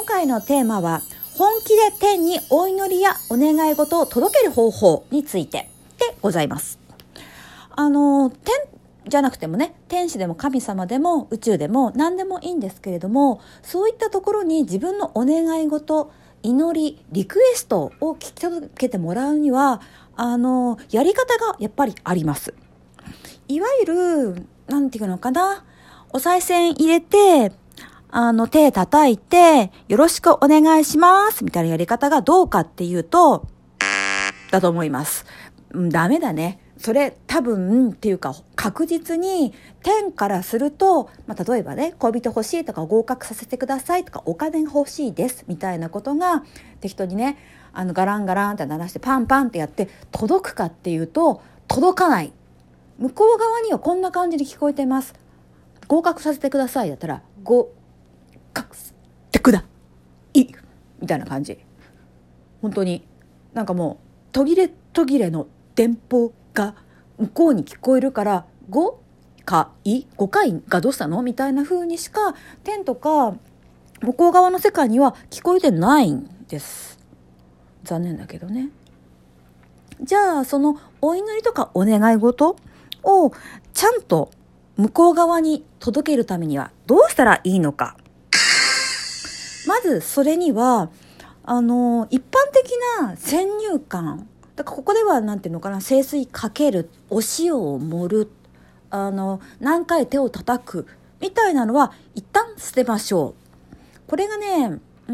回のテーマは本気で天にお祈りやお願い事を届ける方法についてでございます。天じゃなくてもね、天使でも神様でも宇宙でも何でもいいんですけれども、そういったところに自分のお願い事、祈り、リクエストを聞き届けてもらうにはやり方がやっぱりあります。いわゆるなんていうのかな、お賽銭入れて手叩いてよろしくお願いしますみたいなやり方がどうかっていうとだと思います。ダメだね。それ多分っていうか確実に天からすると、例えばね、恋人欲しいとか合格させてくださいとかお金が欲しいですみたいなことが適当にね、ガランガランって鳴らしてパンパンってやって届くかっていうと届かない。向こう側にはこんな感じに聞こえてます。合格させてくださいだったら合格してくだいみたいな感じ。本当になんかもう途切れ途切れの電報が向こうに聞こえるから、5回がどうしたのみたいな風にしか天とか向こう側の世界には聞こえてないんです。残念だけどね。じゃあそのお祈りとかお願い事をちゃんと向こう側に届けるためにはどうしたらいいのか。まずそれには一般的な先入観だから、ここではなんていうのかな、聖水かける、お塩を盛る、何回手を叩くみたいなのは一旦捨てましょう。これがね、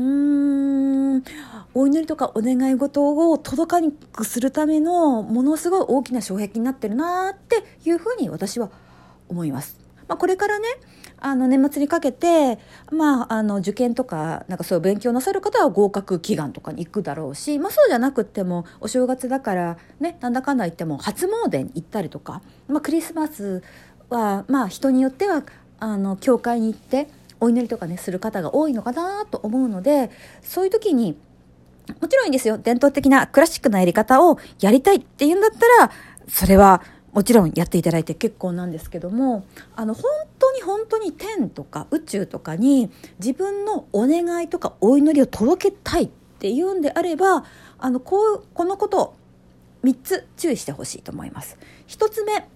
お祈りとかお願い事を届かにくくするためのものすごい大きな障壁になってるなっていうふうに私は思います。これからね、年末にかけて、受験とかなんかそういう勉強なさる方は合格祈願とかに行くだろうし、そうじゃなくってもお正月だからね、なんだかんだ言っても初詣に行ったりとか、クリスマスは人によっては教会に行ってお祈りとかねする方が多いのかなと思うので、そういう時にもちろんいいんですよ。伝統的なクラシックなやり方をやりたいっていうんだったら、それはもちろんやっていただいて結構なんですけども、本当に天とか宇宙とかに自分のお願いとかお祈りを届けたいっていうんであれば、このことを3つ注意してほしいと思います。1つ目、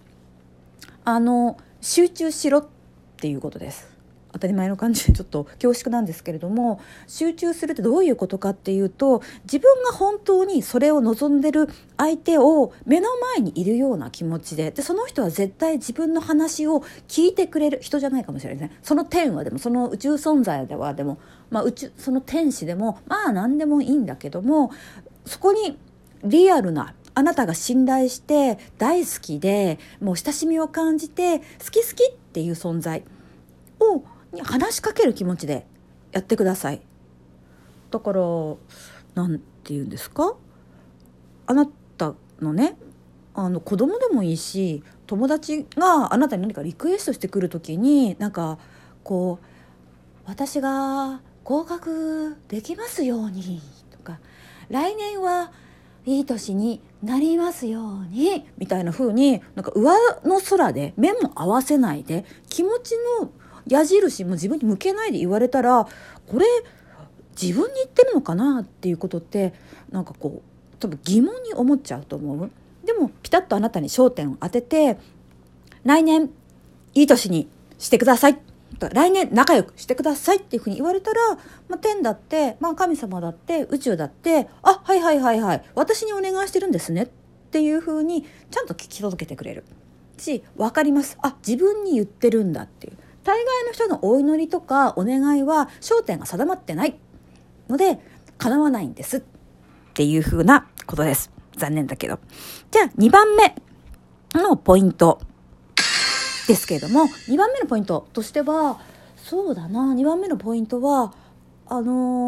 集中しろっていうことです。当たり前の感じでちょっと恐縮なんですけれども、集中するってどういうことかっていうと、自分が本当にそれを望んでる相手を目の前にいるような気持ちで、その人は絶対自分の話を聞いてくれる人じゃないかもしれないですね。その天はでも、その宇宙存在ではでも、その天使でも何でもいいんだけども、そこにリアルなあなたが信頼して大好きでもう親しみを感じて好きっていう存在を話しかける気持ちでやってください。だからなんて言うんですか、あなたのね、子供でもいいし、友達があなたに何かリクエストしてくるときに、なんかこう、私が合格できますようにとか、来年はいい年になりますようにみたいな風に、なんか上の空で目も合わせないで気持ちの矢印も自分に向けないで言われたら、これ自分に言ってるのかなっていうことって、なんかこう多分疑問に思っちゃうと思う。でもピタッとあなたに焦点を当てて、来年いい年にしてください、来年仲良くしてくださいっていうふうに言われたら、天だって、神様だって宇宙だって、はい私にお願いしてるんですねっていうふうにちゃんと聞き届けてくれるし、分かります、自分に言ってるんだっていう。大概の人のお祈りとかお願いは焦点が定まってないので叶わないんですっていうふうなことです。残念だけど。じゃあ2番目のポイントですけれども、2番目のポイントとしては、2番目のポイントはそ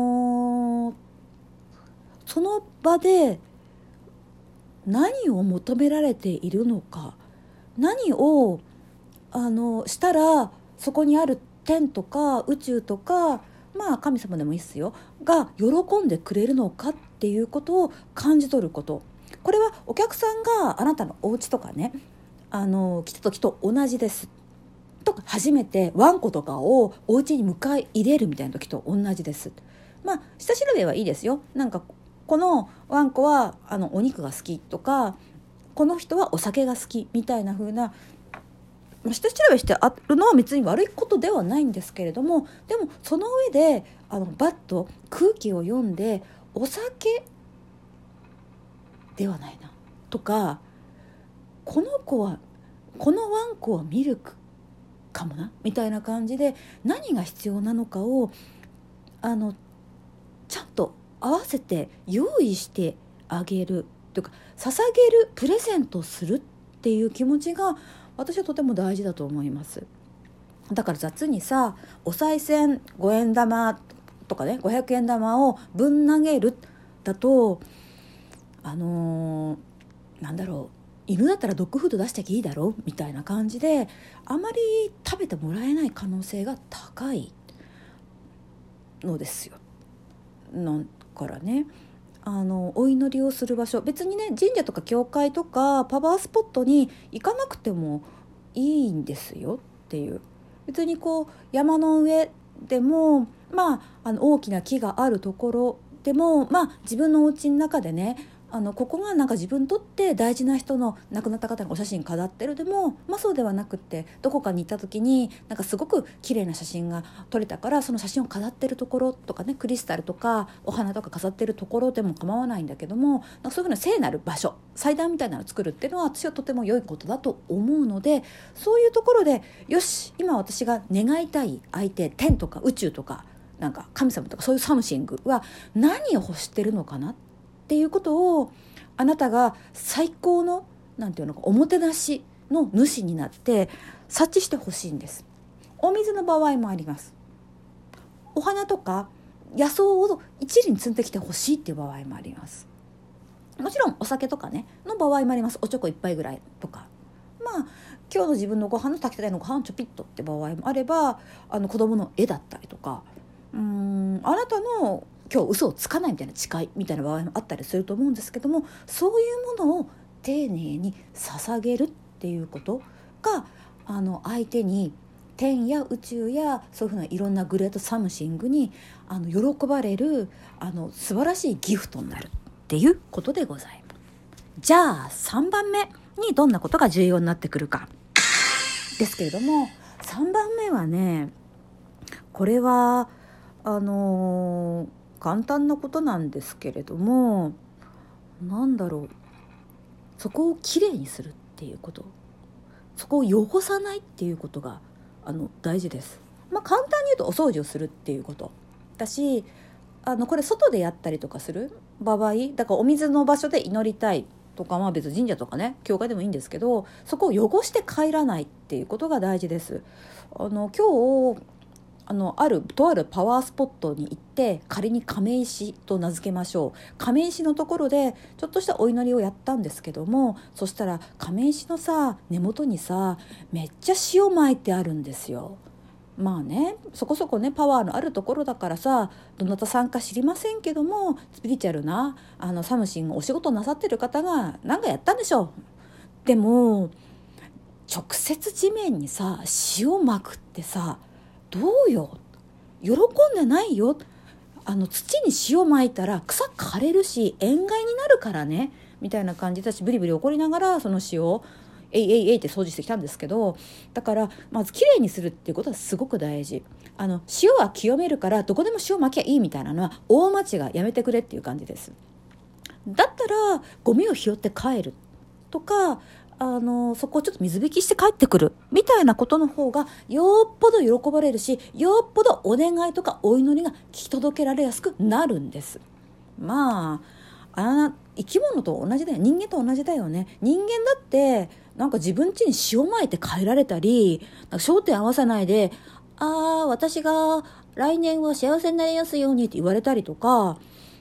の場で何を求められているのか、何をしたらそこにある天とか宇宙とか、神様でもいいですよが喜んでくれるのかっていうことを感じ取ること。これはお客さんがあなたのお家とかね、来た時と同じですとか、初めてワンコとかをお家に迎え入れるみたいな時と同じです。 下調べはいいですよ。なんかこのワンコはお肉が好きとか、この人はお酒が好きみたいな風な下調べしてあるのは別に悪いことではないんですけれども、でもその上でバッと空気を読んでお酒ではないなとか、このワンコはミルクかもなみたいな感じで、何が必要なのかをちゃんと合わせて用意してあげるというか、捧げる、プレゼントするっていう気持ちが私はとても大事だと思います。だから雑にさ、お賽銭5円玉とかね、500円玉をぶん投げるだとなんだろう、犬だったらドッグフード出してきゃいいだろみたいな感じで、あまり食べてもらえない可能性が高いのですよ。だからね、お祈りをする場所、別にね神社とか教会とかパワースポットに行かなくてもいいんですよっていう。別にこう山の上でも、大きな木があるところでも、自分のお家の中でね、ここがなんか自分にとって大事な人の亡くなった方のお写真飾ってるでも、そうではなくって、どこかに行った時になんかすごく綺麗な写真が撮れたから、その写真を飾ってるところとかね、クリスタルとかお花とか飾ってるところでも構わないんだけども、なんかそういうふうな聖なる場所、祭壇みたいなのを作るっていうのは私はとても良いことだと思うので、そういうところでよし、今私が願いたい相手、天とか宇宙とかなんか神様とかそういうサムシングは何を欲してるのかなっていうことを、あなたが最高のなんていうのか、おもてなしの主になって察知してほしいんです。お水の場合もあります。お花とか野草を一輪摘んできてほしいっていう場合もあります。もちろんお酒とかねの場合もあります。おちょこ一杯ぐらいとか、今日の自分のご飯の炊きたてのご飯ちょぴっとって場合もあれば、子供の絵だったりとか、あなたの今日嘘をつかないみたいな誓いみたいな場合もあったりすると思うんですけども、そういうものを丁寧に捧げるっていうことが相手に天や宇宙やそういうふうないろんなグレートサムシングに喜ばれる素晴らしいギフトになるっていうことでございます。じゃあ3番目にどんなことが重要になってくるかですけれども、3番目はね、これは簡単なことなんですけれども、そこをきれいにするっていうこと、そこを汚さないっていうことが大事です。簡単に言うとお掃除をするっていうことだし、これ外でやったりとかする場合だから、お水の場所で祈りたいとか、別に神社とかね教会でもいいんですけど、そこを汚して帰らないっていうことが大事です。今日とあるパワースポットに行って、仮に亀石と名付けましょう。亀石のところでちょっとしたお祈りをやったんですけども、そしたら亀石の根元にめっちゃ塩撒いてあるんですよ。そこそこねパワーのあるところだからどなたさんか知りませんけども、スピリチュアルなサムシングお仕事なさってる方が何かやったんでしょう。でも直接地面に塩まくってどうよ、喜んでないよ。土に塩まいたら草枯れるし塩害になるからねみたいな感じで、私ブリブリ怒りながらその塩をえいって掃除してきたんですけど、だからまずきれいにするっていうことはすごく大事。塩は清めるからどこでも塩まきゃいいみたいなのは大間違い、やめてくれっていう感じです。だったらゴミを拾って帰るとか、そこをちょっと水拭きして帰ってくるみたいなことの方がよっぽど喜ばれるし、よっぽどお願いとかお祈りが聞き届けられやすくなるんです。生き物と同じだよ、人間と同じだよね。人間だってなんか自分家に塩まいて帰られたり、なんか焦点合わさないで私が来年は幸せになりやすいようにって言われたりとか、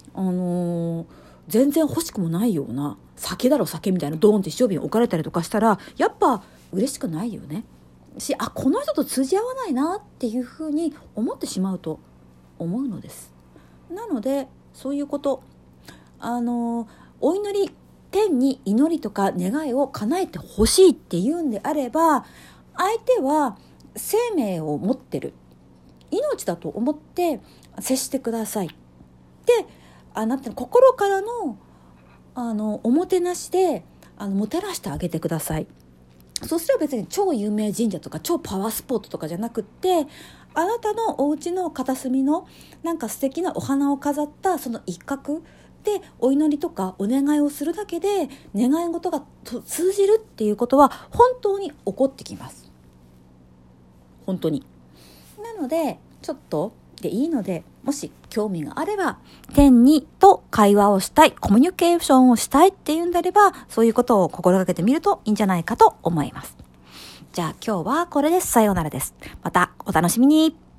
全然欲しくもないような酒だろ酒みたいなドーンって塩瓶置かれたりとかしたら、やっぱ嬉しくないよねし、この人と通じ合わないなっていうふうに思ってしまうと思うのです。なのでそういうこと、お祈り、天に祈りとか願いを叶えてほしいっていうんであれば、相手は生命を持ってる命だと思って接してください。 でなんていうの、心からのおもてなしでもてなしてあげてください。そしたら別に超有名神社とか超パワースポットとかじゃなくって、あなたのお家の片隅のなんか素敵なお花を飾ったその一角でお祈りとかお願いをするだけで願い事が通じるっていうことは本当に起こってきます。本当に。なのでちょっとでいいので、もし興味があれば天にと会話をしたい、コミュニケーションをしたいっていうんであれば、そういうことを心がけてみるといいんじゃないかと思います。じゃあ今日はこれです。さようならです。またお楽しみに。